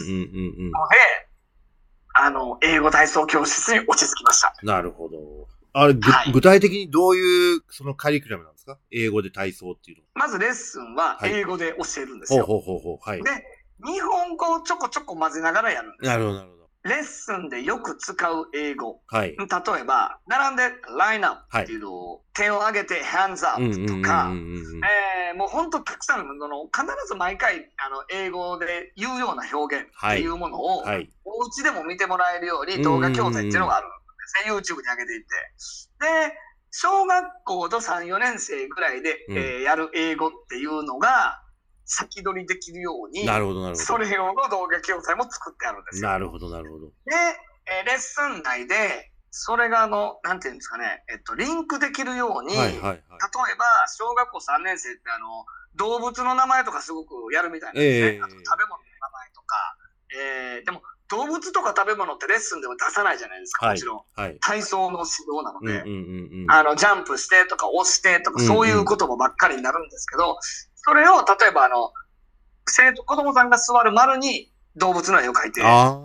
あの、英語体操教室に落ち着きました。 なるほど。あれ、はい、具体的にどういう、そのカリキュラムなんですか？英語で体操っていうの。 まずレッスンは英語で教えるんですよ。 ほうほうほうほう。はい。 で、日本語をちょこちょこ混ぜながらやるんですよ。 なるほど、なるほど。 レッスンでよく使う英語。はい。例えば、並んで、ラインアップっていうのを、はい、手を挙げて、hands up とか、えー、もう本当たくさんの、の必ず毎回、あの、英語で言うような表現っていうものを、はいはい、お家でも見てもらえるように動画教材っていうのがあるんですね。YouTube に上げていって。で、小学校とさん、よねん生ぐらいで、うん、えー、やる英語っていうのが、先取りできるように、 なるほどなるほど。 それ用の動画教材も作ってあるんですよ。 なるほどなるほど。 で、えー、レッスン内で、それがあの、なんていうんですかね、えっと、リンクできるように、はいはいはい、例えば、小学校さんねん生ってあの、動物の名前とかすごくやるみたいなんですね。えー、あと食べ物の名前とか、えー、でも、動物とか食べ物ってレッスンでは出さないじゃないですか、もちろん。はいはい、体操の指導なので、うんうんうん、あの、ジャンプしてとか押してとか、そういう言葉ばっかりになるんですけど、うんうん、それを、例えばあの、生徒、子供さんが座る丸に動物の絵を描いて、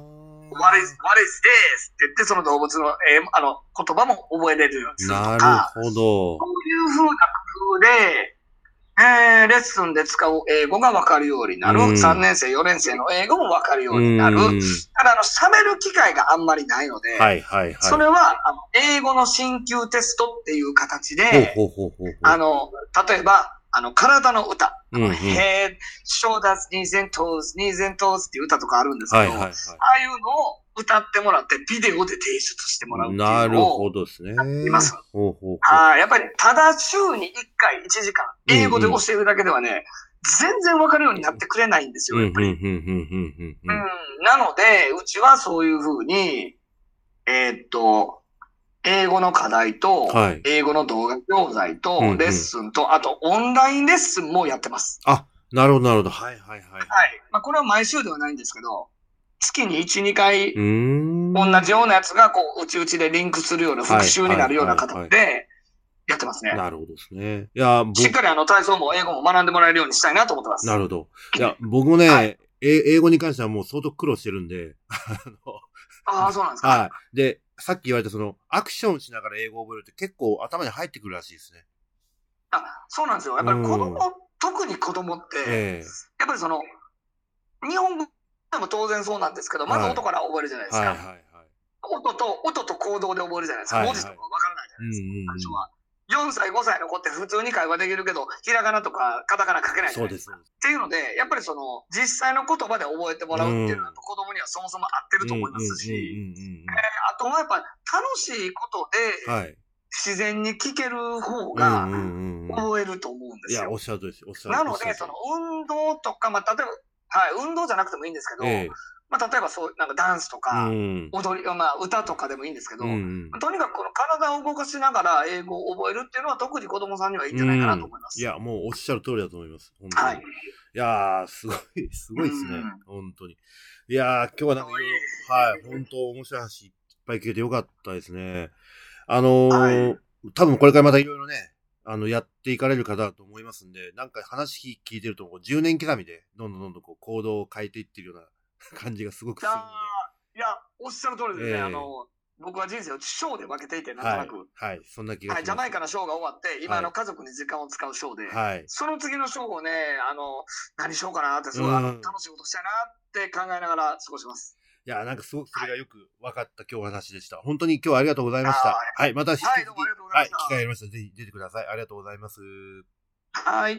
what is, what is this? って言って、その動物の、えー、あの、言葉も覚えれるようにするとか。 なるほど。 そういう風な工夫で、えー、レッスンで使う英語が分かるようになる。うん、さんねん生、よねん生の英語も分かるようになる。うん、ただ、あの、喋る機会があんまりないので、 はいはいはい。 それは、あの、英語の進級テストっていう形で、 ほうほうほうほうほう、 あの、例えば、あの、体の歌。うんうん、head, shoulders, knees and toes, knees and toes っていう歌とかあるんですけど、はいはいはい、ああいうのを歌ってもらって、ビデオで提出してもらうっていうのをなるほどですね。 やっています。 ほうほうほう、 あ、やっぱり、ただ週にいっかいいちじかん、英語で教えるだけではね、うんうん、全然わかるようになってくれないんですよ、やっぱり。なので、うちはそういうふうに、えー、っと、英語の課題と、はい、英語の動画教材と、うんうん、レッスンと、あとオンラインレッスンもやってます。 あ、なるほど、なるほど。はいはいはい。はい。 まあ、これは毎週ではないんですけど、月にいち、にかい、同じようなやつが、こう、うちうちでリンクするような、復習になるような形で、やってますね。 なるほどですね。いや、 しっかりあの、体操も英語も学んでもらえるようにしたいなと思ってます。 なるほど。いや、僕もね、はい、英語に関してはもう相当苦労してるんで、 ああ、そうなんですか。 はい。で、さっき言われたその、アクションしながら英語を覚えるって結構頭に入ってくるらしいですね。 あ、そうなんですよ。やっぱり子供、うん、特に子供って、えー、やっぱりその、日本語でも当然そうなんですけど、まず音から覚えるじゃないですか。はいはいはいはい、音と、音と行動で覚えるじゃないですか。はいはい、文字とかわからないじゃないですか、最初は。よんさい、ごさいの子って普通に会話できるけど、ひらがなとかカタカナ書けないじゃないですか。そうです。っていうので、やっぱりその、実際の言葉で覚えてもらうっていうのは、子供にはそもそも合ってると思いますし、あとはやっぱ楽しいことで、はい、自然に聞ける方が覚えると思うんですよ。 いや、おっしゃるとおりです。おっしゃるなので、その運動とか、まあ、例えば、はい、運動じゃなくてもいいんですけど、えーまあ、例えばそう、なんかダンスとか、踊り、まあ、歌とかでもいいんですけど、うん、とにかくこの体を動かしながら英語を覚えるっていうのは特に子供さんにはいいんじゃないかなと思います。 うん、いや、もうおっしゃる通りだと思います。本当に。はい。いやー、すごい、すごいですね。うん、本当に。いやー、今日はなんか、はい、本当面白い話いっぱい聞けてよかったですね。あのー、はい、多分これからまたいろいろね、あの、やっていかれる方だと思いますんで、なんか話聞いてると、じゅうねん刻みで、どんどんどんどんこう行動を変えていってるような、感じがすごくするので。 いや、おっしゃる通りですね。えー、あの、僕は人生を章で分けていて、なんとなく。 はい。はい、そんな気がします。はい、 ジャマイカの章が終わって、今、はい、あの、家族に時間を使う章で、はい、その次の章をね、あの、何しようかなって、すごい、あの、楽しいことしたいなって考えながら過ごします。 いや、なんかすごくそれがよく分かった今日の話でした。本当に今日はありがとうございました。はい、はい、また引き続き、はい、どうもありがとうございました。はい、機会ありましたらぜひ出てください。ありがとうございます。 はい。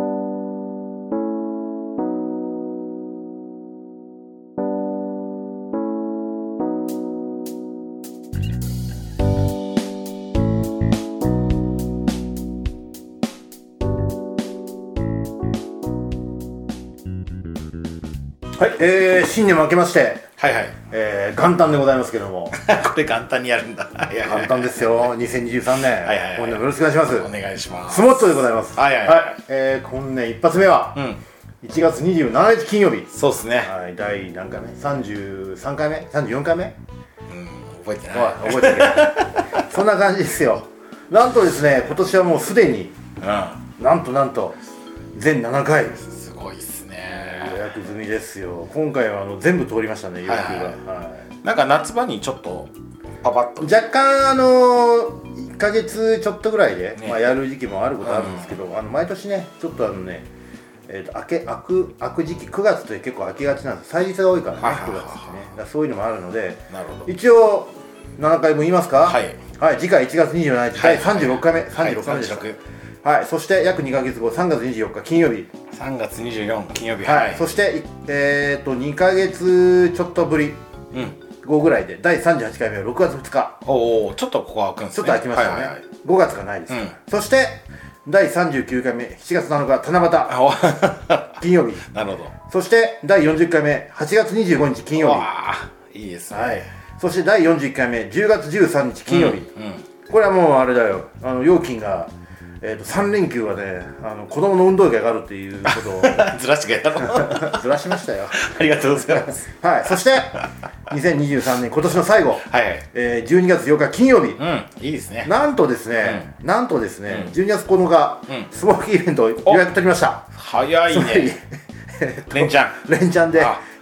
はい、えー、新年も明けまして、 はいはい、 えー、元旦でございますけどもこれ元旦にやるんだ元旦ですよ、にせんにじゅうさんねん、はいはいはい、本年もよろしくお願いします。 お願いします。 スモットでございます。 はいはいはい、はい、 えー、今年一発目は、うん、いちがつにじゅうしちにち金曜日。 そうですね。 はい、第何回目 ?さんじゅうさんかいめ ?さんじゅうよんかいめ、 うん、覚えてない。 覚えてないそんな感じですよ。なんとですね、今年はもうすでに、うん、なんとなんと全ななかい。 すごいっすね。 予約済みですよ。今回はあの全部通りましたね、予約が。はいはいはい、なんか夏場にちょっとパパッと若干あのいっかげつちょっとぐらいで、ね、まあ、やる時期もあることあるんですけど、うん、あの毎年ねちょっとあのね、えー、と開け開く開く時期くがつって結構開きがちなんです。祭日が多いからね、くがつってね。だそういうのもあるので、 なるほど、 一応ななかいも言いますか。 はい、はい、 次回いちがつにじゅうしちにち、はい、だいさんじゅうろっかいめ、さんじゅうろっかいめでした。はい、そして約にかげつご、さんがつにじゅうよっか金曜日、 さんがつにじゅうよっか金曜日、 はい、そして、えー、とにかげつちょっとぶり、うん、ごぐらいでだいさんじゅうはちかいめはろくがつふつか。 おお、ちょっとここは開くんですね。 ちょっと開きましたね、はいはいはい、ごがつがないです、うん、そしてだいさんじゅうきゅうかいめしちがつなのか七夕金曜日なるほど。 そしてだいよんじゅっかいめはちがつにじゅうごにち金曜日。 わー、いいですね、 はい、そしてだいよんじゅういっかいめじゅうがつじゅうさんにち金曜日、うんうん、これはもうあれだよ、あの料金がえー、とさんれんきゅうはね、あの子供の運動会があるっていうことをずらしてくれたのずらしましたよありがとうございます、 はい、そしてにせんにじゅうさんねん今年の最後、はい、えー、じゅうにがつようか金曜日、 うん、いいですね。 なんとですね、うん、なんとですね、うん、じゅうにがつここのか、うん、スモーキーイベントを予約取りました。 早いね連チャン連チャンで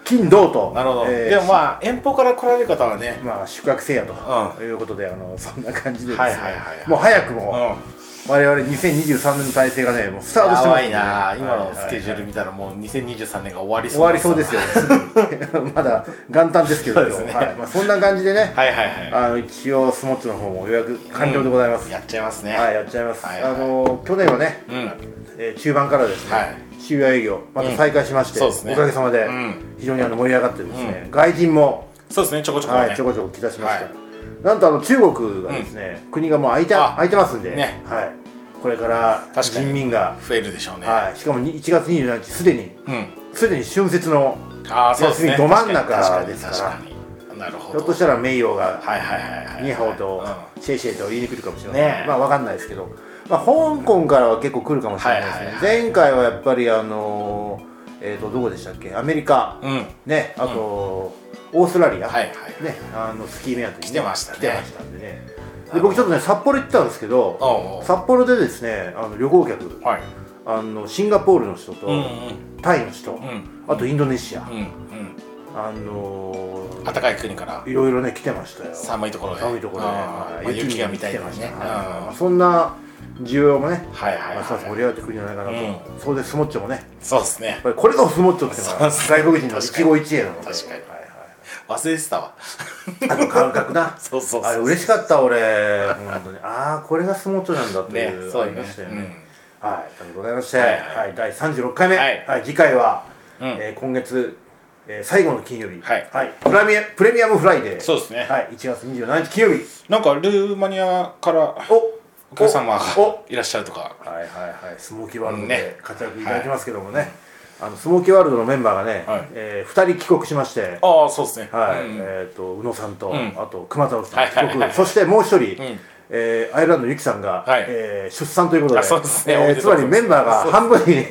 金土と。 なるほど、えー、でもまあ遠方から来られる方はね、 まあ宿泊せやと、うん、いうことで、あのそんな感じでですね、 はいはいはいはい、 もう早くも、うん、我々にせんにじゅうさんねんの体制がねもうスタートしてますね。 やばいな、今のスケジュール見たらもうにせんにじゅうさんねんが終わりそう、 終わりそうですよまだ元旦ですけど、そうですね、はい、まあ、そんな感じでね、 はいはいはい、 あの一応スモッチの方も予約完了でございます、 うん、やっちゃいますね。 はい、やっちゃいます、はいはい、あの去年はね、うん、えー、中盤からですね、はい、渋谷営業また再開しまして、うんね、おかげさまで、うん、非常にあの盛り上がってですね、うん、外人もそうですね、ちょこちょこ、ね、 はい、ちょこちょこ来たしました、はい、なんとあの中国がですね、うん、国がもう開いて開いてますんで、ね、はい、これから人民が増えるでしょうね、 はい、しかもいちがつにじゅうしちにちすでにすで、うん、に春節の休みど真ん中ですから、なるほど、ひょっとしたら名誉がニーハオとシェイシェイと言いに来るかもしれません、ね、まあ分かんないですけど、まあ、香港からは結構来るかもしれないですね、はいはいはいはい、前回はやっぱりあのー、えーとどこでしたっけ、アメリカ、うん、ね、あと、うん、オーストラリア、はいはい、ね、あのスキー目当てに、ね、 来てましたね、 来てましたんでね、で僕ちょっとね札幌行ってたんですけど、おうおう、札幌でですね、あの旅行客、はい、あのシンガポールの人と、うんうん、タイの人、うん、あとインドネシア、うんうん、あのー、 暖かい国からいろいろね来てましたよ。 寒いところで、 寒いところで、 まあ、雪が見たいですね、 まあ、そんな需要もね、はいはいはい、ますます盛り上がってくるんじゃないかなと、うん、そうです、スモッチョもね、 そうですね、 やっぱりこれぞスモッチョっていうのは外国人の一期一会なので、 確かに、忘れてたわあの感覚なそうそうそう、 あれ嬉しかった俺本当に、ああこれがスモッチョなんだっていう、ね、ありましたよね、うん、はい、ありがとうございまして、はいはいはい、だいさんじゅうろっかいめ、はいはい、次回は、うん、えー、今月、えー、最後の金曜日、はいはい、プレミア、プレミアムフライデー、 そうですね、 はい、いちがつにじゅうしちにち金曜日、 なんかルーマニアからおお客様がいらっしゃるとか、 はいはいはい、スモーキーワールドで活躍いただきますけどもね、はい、あのスモーキーワールドのメンバーがね、はい、えー、ふたり帰国しまして、 ああそうですね、 はい、うん、えー、と宇野さんと、うん、あと熊太郎さん帰国、はいはいはい、そしてもう一人、うん、えー、アイルランドのゆきさんが、はい、えー、出産ということで、そうですね、えー、つまりメンバーが半分に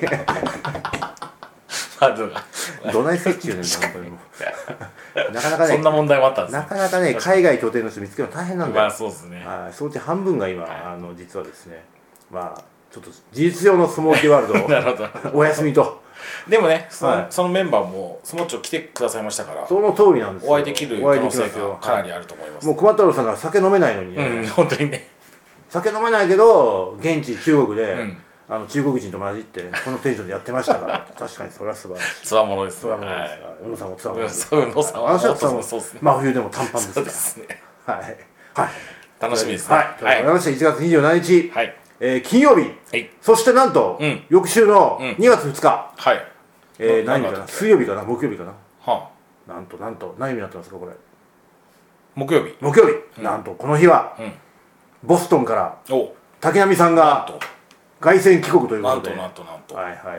どないせっちゅうねん本当にもなかなかね、 そんな問題もあったんです、ね、 なかなかね海外拠点の人見つけるの大変なんだよ。 まあそうですね、 はい、そのうち半分が今、はい、あの実はですね、まあちょっと事実上のスモーキーワールドなるほどお休みとでもねその、はい、そのメンバーもスモッチョ来てくださいましたから、 その通りなんですよ、 お会いできる可能性がかなりあると思います、 はい、もう熊太郎さんが酒飲めないのに、ね、 うん、本当にね酒飲めないけど現地中国で、うん、あの中国人と混じってこのテンションでやってましたから確かにそれは素晴らしい、 つわものです、 つわものです、宇野さんもつわものです、 宇野さんは私はつわものです、真冬でも短パンですから、 ですね、 はいはい、 楽しみですね、 はい、ということでございましていちがつにじゅうしちにち、はい、えー、金曜日、はい、そしてなんと、うん、翌週のにがつふつか、うん、はい、えー、何日かな、水曜日かな、木曜日かな、はあ、なんとなんと何日になってますかこれ、 木曜日、 木曜日、うん、なんとこの日は、うん、ボストンから竹波さんが凱旋帰国ということで、 なんとなんとなんと、 はいはいはいはい、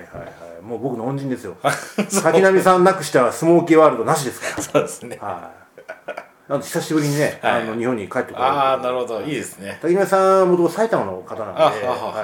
もう僕の恩人ですよ竹波さんなくしてはスモーキーワールドなしですからそうですね、 はい、なんと久しぶりにね、はい、あの日本に帰ってこられて、 ああなるほど、いいですね、 竹波さんは元埼玉の方なんで、はい、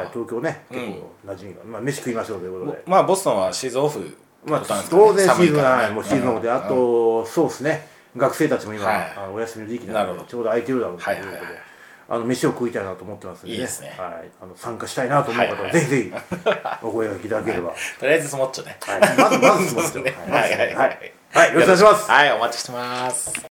東京ね結構馴染みが、まあ飯食いましょうということで、 まあボストンはシーズンオフ、 まあ当然シーズンはもうシーズンオフで、あとそうですね、学生たちも今お休みの時期なのでちょうど空いてるだろうということで、あの飯を食いたいなと思ってますので、 いいですね、 はい、あの参加したいなと思う方はぜひぜひお声がけいただければ、 とりあえずスモッチョね、 まずまずスモッチョ、はいはいはい、よろしくお願いします。 はい、お待ちしてます。